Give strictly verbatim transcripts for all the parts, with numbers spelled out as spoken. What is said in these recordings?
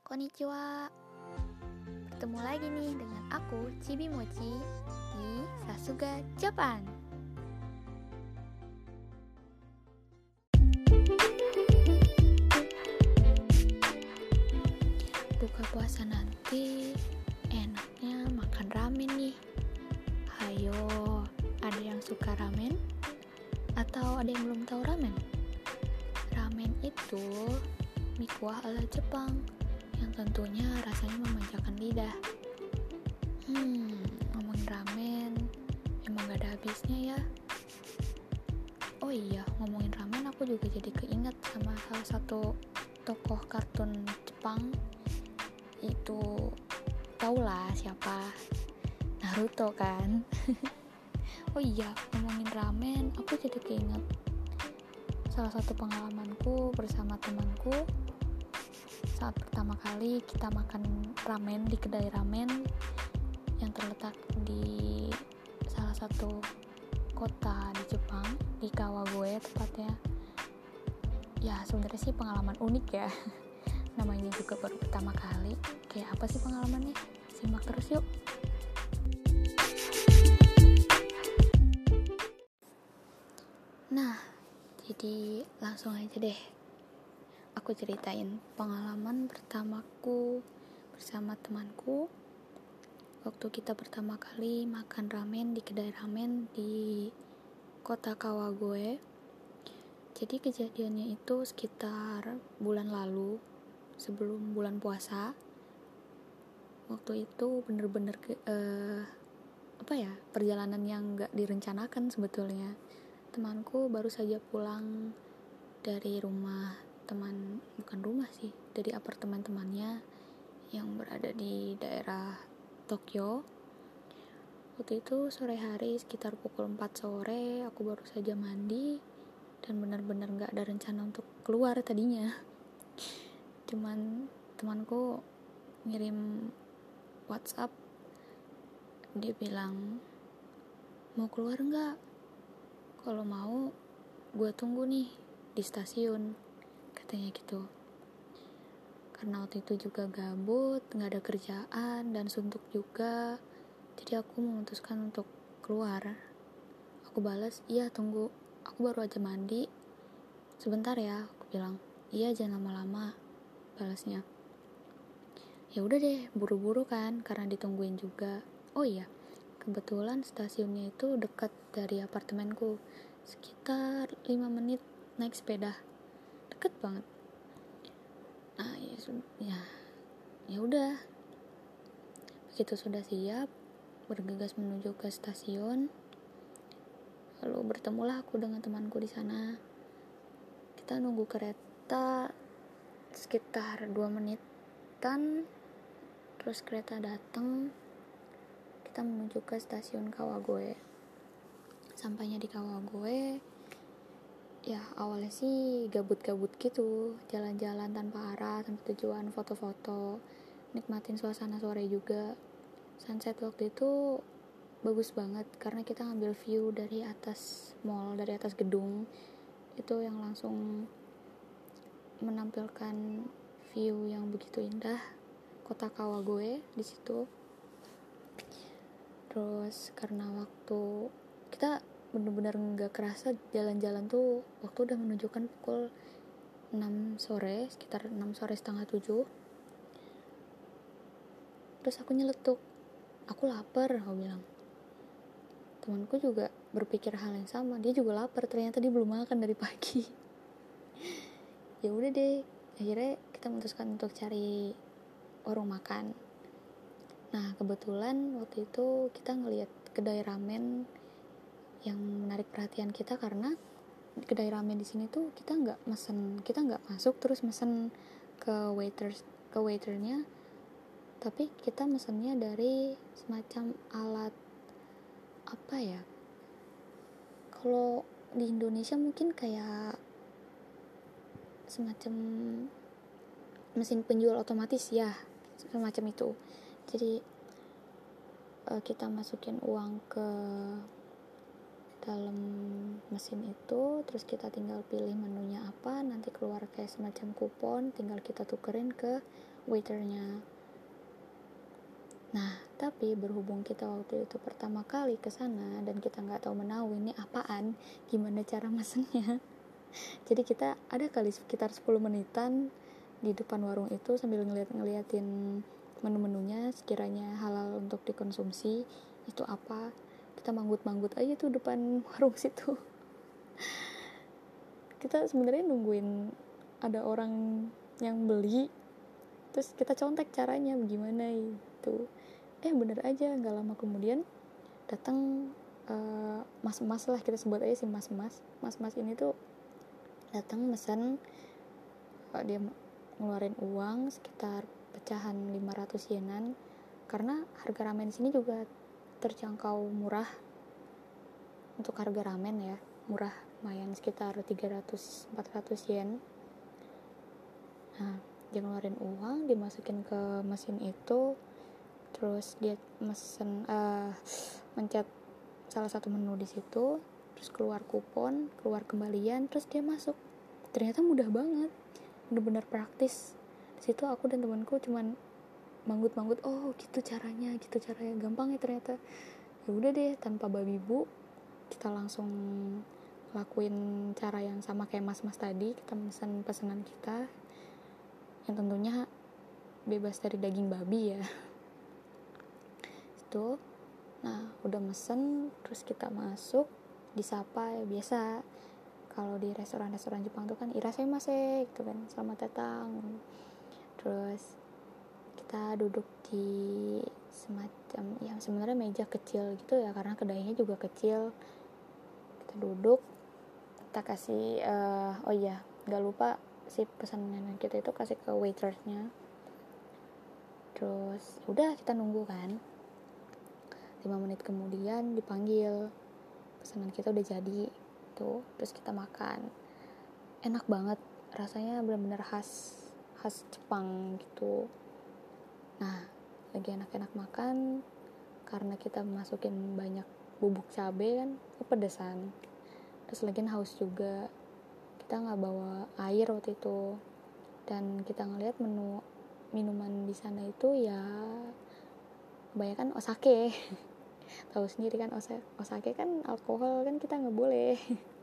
Konnichiwa. Bertemu lagi nih dengan aku, Chibi Mochi, di Sasuga Japan. Buka puasa nanti enaknya makan ramen nih. Hayo, ada yang suka ramen? Atau ada yang belum tahu ramen? Ramen itu mie kuah ala Jepang yang tentunya rasanya memanjakan lidah. Hmm, ngomongin ramen, emang gak ada habisnya ya. Oh iya, ngomongin ramen aku juga jadi keinget sama salah satu tokoh kartun Jepang. Itu taulah siapa, Naruto kan. Oh iya, ngomongin ramen, aku jadi keinget salah satu pengalamanku bersama temanku saat pertama kali kita makan ramen di kedai ramen yang terletak di salah satu kota di Jepang, di Kawagoe tepatnya. Ya sebenarnya sih pengalaman unik ya. Namanya juga baru pertama kali. Kayak apa sih pengalamannya? Simak terus yuk. Nah, jadi langsung aja deh aku ceritain pengalaman pertamaku bersama temanku waktu kita pertama kali makan ramen di kedai ramen di kota Kawagoe. Jadi kejadiannya itu sekitar bulan lalu, sebelum bulan puasa. Waktu itu bener-bener ke, uh, apa ya perjalanan yang gak direncanakan sebetulnya. Temanku baru saja pulang dari rumah teman, bukan rumah sih, dari apartemen temannya yang berada di daerah Tokyo. Waktu itu sore hari sekitar pukul empat sore aku baru saja mandi dan benar-benar gak ada rencana untuk keluar tadinya. Cuman temanku ngirim WhatsApp, dia bilang, mau keluar gak? Kalau mau gue tunggu nih di stasiun, katanya gitu. Karena waktu itu juga gabut, gak ada kerjaan dan suntuk juga, jadi aku memutuskan untuk keluar. Aku balas, iya tunggu, aku baru aja mandi, sebentar ya, aku bilang. Iya jangan lama-lama, balasnya. Ya udah deh, buru-buru kan, karena ditungguin juga. Oh iya, kebetulan stasiunnya itu dekat dari apartemenku, sekitar lima menit naik sepeda, deket banget. Nah ya ya ya udah, begitu sudah siap bergegas menuju ke stasiun, lalu bertemulah aku dengan temanku di sana. Kita nunggu kereta sekitar dua menitan, terus kereta datang. Kita menuju ke stasiun Kawagoe. Sampainya di Kawagoe, ya awalnya sih gabut-gabut gitu, jalan-jalan tanpa arah, tanpa tujuan, foto-foto, nikmatin suasana sore juga. Sunset waktu itu bagus banget karena kita ngambil view dari atas mall, dari atas gedung itu yang langsung menampilkan view yang begitu indah kota Kawagoe di situ. Terus karena waktu kita benar-benar nggak kerasa jalan-jalan tuh, waktu udah menunjukkan pukul enam sore, sekitar enam sore setengah tujuh. Terus aku nyeletuk, aku lapar, aku bilang. Temanku juga berpikir hal yang sama, dia juga lapar, ternyata dia belum makan dari pagi. Ya udah deh, akhirnya kita memutuskan untuk cari warung makan. Nah kebetulan waktu itu kita ngelihat kedai ramen yang menarik perhatian kita, karena kedai ramen di sini tuh kita nggak mesen, kita nggak masuk terus mesen ke waiters ke waiternya, tapi kita mesennya dari semacam alat apa ya, kalau di Indonesia mungkin kayak semacam mesin penjual otomatis ya, semacam itu. Jadi uh, kita masukin uang ke dalam mesin itu, terus kita tinggal pilih menunya apa, nanti keluar kayak semacam kupon, tinggal kita tukerin ke waiternya. Nah, tapi berhubung kita waktu itu pertama kali ke sana dan kita nggak tahu menahu ini apaan, gimana cara mesennya. Jadi kita ada kali sekitar sepuluh menitan di depan warung itu sambil ngeliat-ngeliatin menu-menunya, sekiranya halal untuk dikonsumsi itu apa. Kita manggut-manggut aja tuh depan warung situ. Kita sebenarnya nungguin ada orang yang beli, terus kita contek caranya bagaimana itu. Eh bener aja, nggak lama kemudian datang uh, mas-mas lah, kita sebut aja si mas-mas. Mas-mas ini tuh datang mesen, uh, dia ngeluarin uang sekitar pecahan lima ratus yenan, karena harga ramen sini juga terjangkau murah untuk harga ramen ya, murah lumayan, sekitar tiga ratus sampai empat ratus yen. Nah, dia ngeluarin uang, dimasukin ke mesin itu, terus dia mesen uh, mencet salah satu menu di situ, terus keluar kupon, keluar kembalian, terus dia masuk. Ternyata mudah banget, bener-bener praktis. Di situ aku dan temanku cuman manggut-manggut, oh gitu caranya, gitu caranya, gampang ya ternyata. Ya udah deh, tanpa babi bu, kita langsung lakuin cara yang sama kayak mas-mas tadi. Kita mesen pesanan kita yang tentunya bebas dari daging babi ya. Itu, nah udah mesen, terus kita masuk, disapa ya biasa. Kalau di restoran-restoran Jepang tuh kan irashaimase gitu kan, selamat datang. Terus kita duduk di semacam yang sebenarnya meja kecil gitu ya, karena kedainya juga kecil. Kita duduk, kita kasih uh, oh iya nggak lupa si pesanan kita itu kasih ke waitersnya. Terus udah kita nunggu kan, lima menit kemudian dipanggil, pesanan kita udah jadi tuh. Terus kita makan, enak banget rasanya, benar-benar khas khas Jepang gitu. Nah, lagi enak-enak makan, karena kita masukin banyak bubuk cabai kan, kepedesan. Terus lagi haus juga, kita nggak bawa air waktu itu, dan kita ngeliat menu minuman di sana itu ya kebanyakan osake. Tahu sendiri kan, osake kan alkohol kan, kita nggak boleh.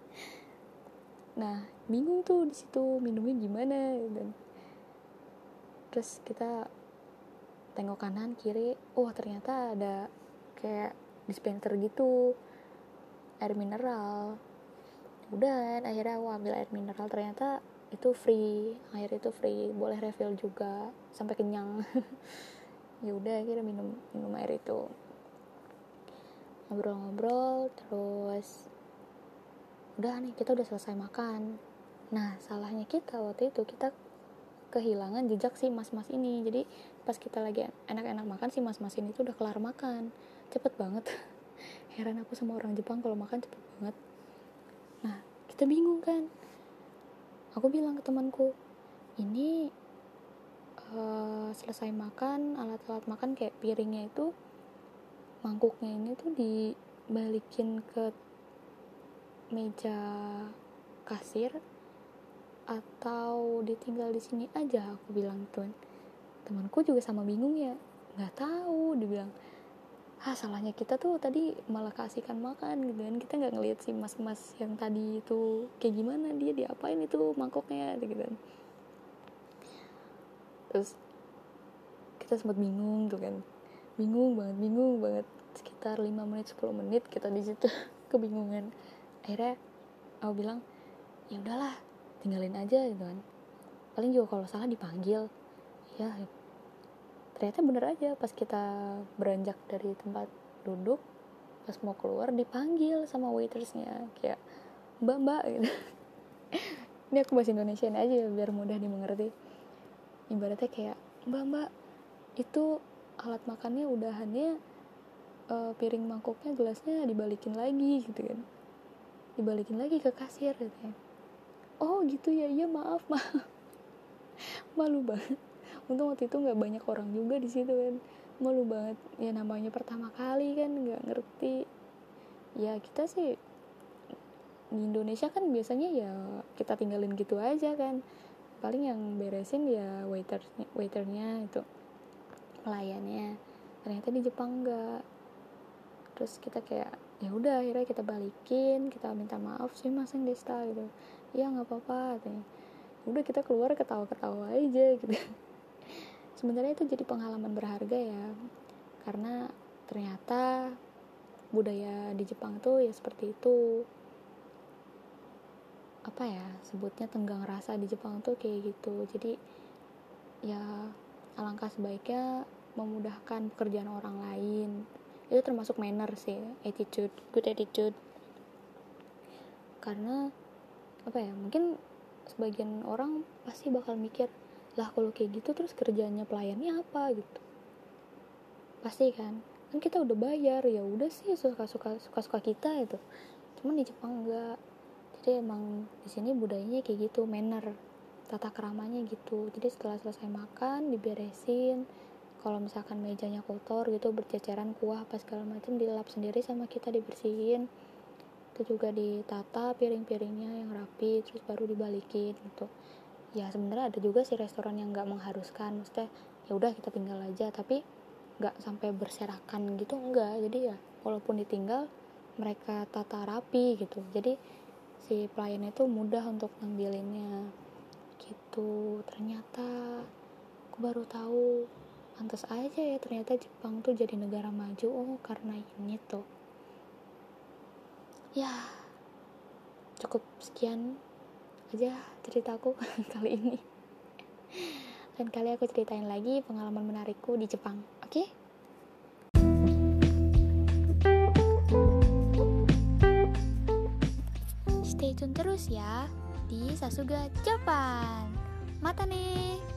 Nah bingung tuh di situ minumnya gimana gitu. Terus kita tengok kanan kiri, oh ternyata ada kayak dispenser gitu, air mineral. Udah, akhirnya aku ambil air mineral, ternyata itu free, air itu free, boleh refill juga sampai kenyang. Ya udah, akhirnya minum minum air itu, ngobrol-ngobrol, terus udah nih, kita udah selesai makan. Nah salahnya kita waktu itu, kita kehilangan jejak si mas-mas ini. Jadi pas kita lagi enak-enak makan, si mas-mas ini tuh udah kelar makan, cepet banget. Heran aku sama orang Jepang, kalau makan cepet banget. Nah kita bingung kan, aku bilang ke temanku, ini uh, selesai makan, alat-alat makan kayak piringnya itu, mangkuknya ini tuh dibalikin ke meja kasir atau ditinggal di sini aja, aku bilang tuh. Temanku juga sama bingung ya, nggak tahu, dia bilang, ah salahnya kita tuh tadi malah kasihkan makan gitu kan, kita nggak ngelihat si mas-mas yang tadi itu kayak gimana, dia diapain itu mangkoknya gitu kan. Terus kita sempat bingung tuh kan, bingung banget bingung banget sekitar lima menit sepuluh menit kita di situ kebingungan. Akhirnya aku bilang, ya udahlah tinggalin aja gitu kan, paling juga kalau salah dipanggil. Ya ternyata bener aja, pas kita beranjak dari tempat duduk, pas mau keluar dipanggil sama waitersnya, kayak mbak mbak gitu. Ini aku bahasa Indonesiain aja biar mudah dimengerti. Ibaratnya kayak, mbak mbak itu alat makannya udahannya, uh, piring mangkoknya gelasnya dibalikin lagi gitu kan, dibalikin lagi ke kasir gitu kan. Oh gitu ya, iya maaf maaf. Malu banget. Untung waktu itu nggak banyak orang juga di situ kan, malu banget ya, namanya pertama kali kan, nggak ngerti. Ya kita sih di Indonesia kan biasanya ya kita tinggalin gitu aja kan, paling yang beresin ya waitersnya waiternya itu, pelayannya. Ternyata di Jepang enggak. Terus kita kayak ya udah, akhirnya kita balikin, kita minta maaf sih maseng desta gitu. Iya nggak apa-apa katanya. Udah kita keluar ketawa-ketawa aja gitu. Sebenarnya itu jadi pengalaman berharga ya, karena ternyata budaya di Jepang tuh ya seperti itu. Apa ya sebutnya, tenggang rasa di Jepang tuh kayak gitu. Jadi ya alangkah sebaiknya memudahkan pekerjaan orang lain. Itu termasuk manner sih, attitude, good attitude. Karena apa ya, mungkin sebagian orang pasti bakal mikir, lah kalau kayak gitu terus kerjanya pelayannya apa gitu. Pasti kan, kan kita udah bayar, ya udah sih suka-suka suka-suka kita itu. Cuman di Jepang enggak. Jadi emang di sini budayanya kayak gitu, manner, tata keramanya gitu. Jadi setelah selesai makan diberesin. Kalau misalkan mejanya kotor gitu, berceceran kuah apa segala macam, dilap sendiri sama kita, dibersihin. Itu juga ditata piring-piringnya yang rapi, terus baru dibalikin gitu. Ya sebenarnya ada juga sih restoran yang nggak mengharuskan, maksudnya ya udah kita tinggal aja, tapi nggak sampai berserakan gitu, enggak. Jadi ya walaupun ditinggal, mereka tata rapi gitu. Jadi si pelayan itu mudah untuk ngambilinnya gitu. Ternyata aku baru tahu, pantas aja ya ternyata Jepang tuh jadi negara maju, oh karena ini tuh. Ya cukup sekian aja ceritaku kali ini. Lain kali aku ceritain lagi pengalaman menarikku di Jepang, oke? Okay? Stay tune terus ya di Sasuga Japan. Mata nih.